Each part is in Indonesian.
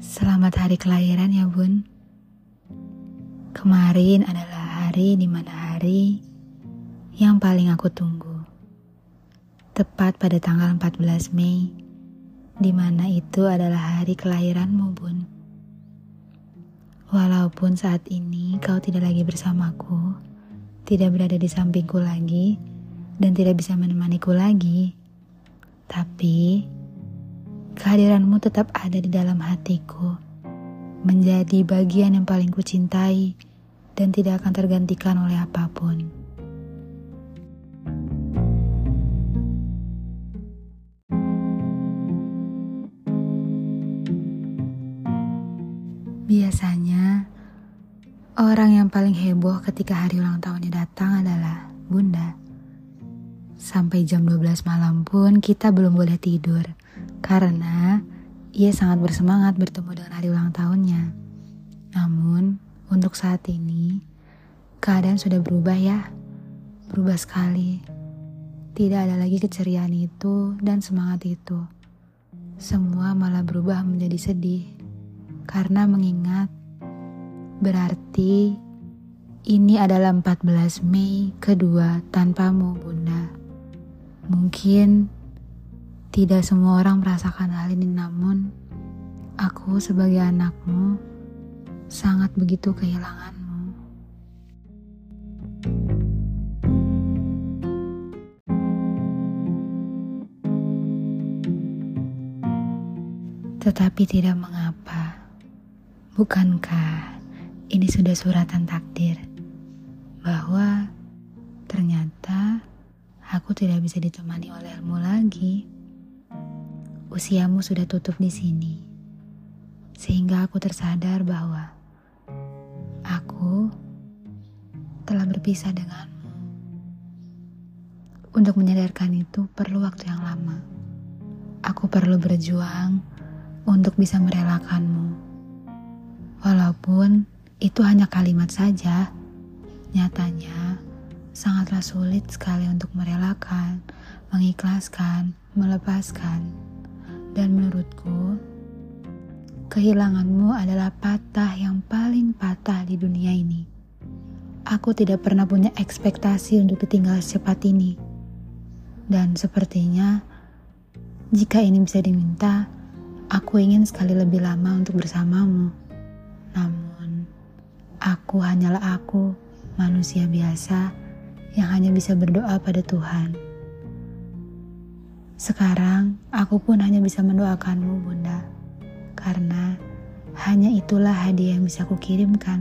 Selamat hari kelahiran ya Bun. Kemarin adalah hari di mana hari yang paling aku tunggu. Tepat pada tanggal 14 Mei, di mana itu adalah hari kelahiranmu Bun. Walaupun saat ini kau tidak lagi bersamaku, tidak berada di sampingku lagi, dan tidak bisa menemaniku lagi, tapi kehadiranmu tetap ada di dalam hatiku, menjadi bagian yang paling kucintai dan tidak akan tergantikan oleh apapun. Biasanya, orang yang paling heboh ketika hari ulang tahunnya datang adalah Bunda. Sampai jam 12 malam pun kita belum boleh tidur, karena ia sangat bersemangat bertemu dengan hari ulang tahunnya. Namun, untuk saat ini, keadaan sudah berubah ya. Berubah sekali. Tidak ada lagi keceriaan itu dan semangat itu. Semua malah berubah menjadi sedih. Karena mengingat, berarti ini adalah 14 Mei kedua tanpamu, Bunda. Mungkin tidak semua orang merasakan hal ini, namun aku sebagai anakmu sangat begitu kehilanganmu. Tetapi tidak mengapa. Bukankah ini sudah suratan takdir bahwa ternyata aku tidak bisa ditemani olehmu lagi. Usiamu sudah tutup di sini, sehingga aku tersadar bahwa aku telah berpisah denganmu. Untuk menyadarkan itu perlu waktu yang lama. Aku perlu berjuang untuk bisa merelakanmu. Walaupun itu hanya kalimat saja, nyatanya sangatlah sulit sekali untuk merelakan, mengikhlaskan, melepaskan. Dan menurutku, kehilanganmu adalah patah yang paling patah di dunia ini. Aku tidak pernah punya ekspektasi untuk ditinggal secepat ini. Dan sepertinya, jika ini bisa diminta, aku ingin sekali lebih lama untuk bersamamu. Namun, aku hanyalah aku, manusia biasa yang hanya bisa berdoa pada Tuhan. Sekarang, aku pun hanya bisa mendoakanmu, Bunda, karena hanya itulah hadiah yang bisa kukirimkan.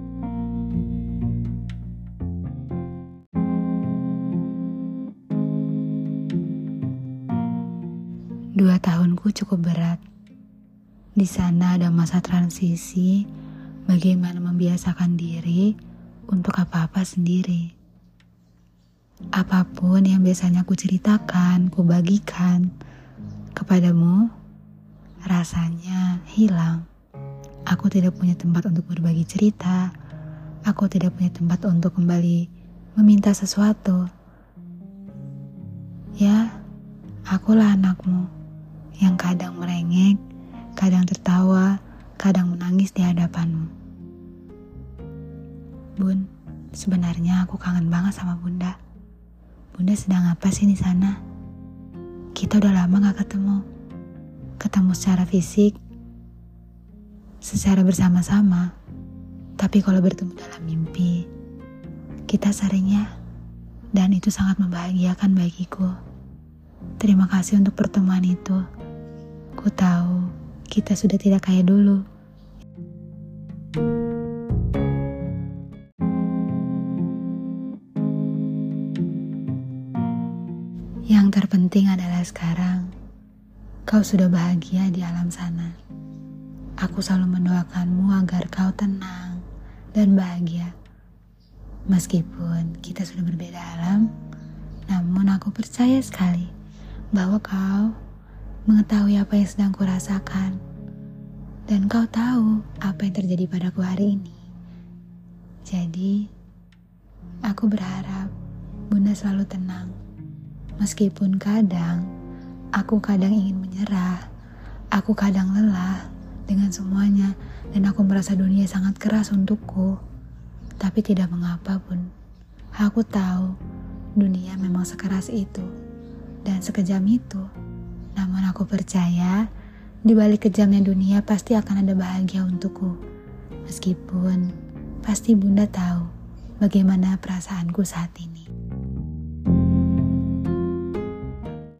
Dua tahunku cukup berat. Di sana ada masa transisi, bagaimana membiasakan diri untuk apa-apa sendiri. Apapun yang biasanya ku ceritakan, ku bagikan kepadamu, rasanya hilang. Aku tidak punya tempat untuk berbagi cerita. Aku tidak punya tempat untuk kembali meminta sesuatu. Ya, akulah anakmu yang kadang merengek, kadang tertawa, kadang menangis di hadapanmu. Bun, sebenarnya aku kangen banget sama Bunda. Bunda sedang apa sih di sana? Kita udah lama gak ketemu. Ketemu secara fisik, secara bersama-sama. Tapi kalau bertemu dalam mimpi, kita seringnya, dan itu sangat membahagiakan bagiku. Terima kasih untuk pertemuan itu. Ku tahu kita sudah tidak kayak dulu. Yang terpenting adalah sekarang kau sudah bahagia di alam sana. Aku selalu mendoakanmu agar kau tenang dan bahagia. Meskipun kita sudah berbeda alam, namun aku percaya sekali bahwa kau mengetahui apa yang sedang kurasakan, dan kau tahu apa yang terjadi padaku hari ini. Jadi, aku berharap Bunda selalu tenang. Meskipun kadang, aku kadang ingin menyerah, aku kadang lelah, dengan semuanya, dan aku merasa dunia sangat keras untukku. Tapi tidak mengapa pun, aku tahu dunia memang sekeras itu dan sekejam itu. Namun aku percaya di balik kejamnya dunia pasti akan ada bahagia untukku. Meskipun pasti Bunda tahu bagaimana perasaanku saat ini.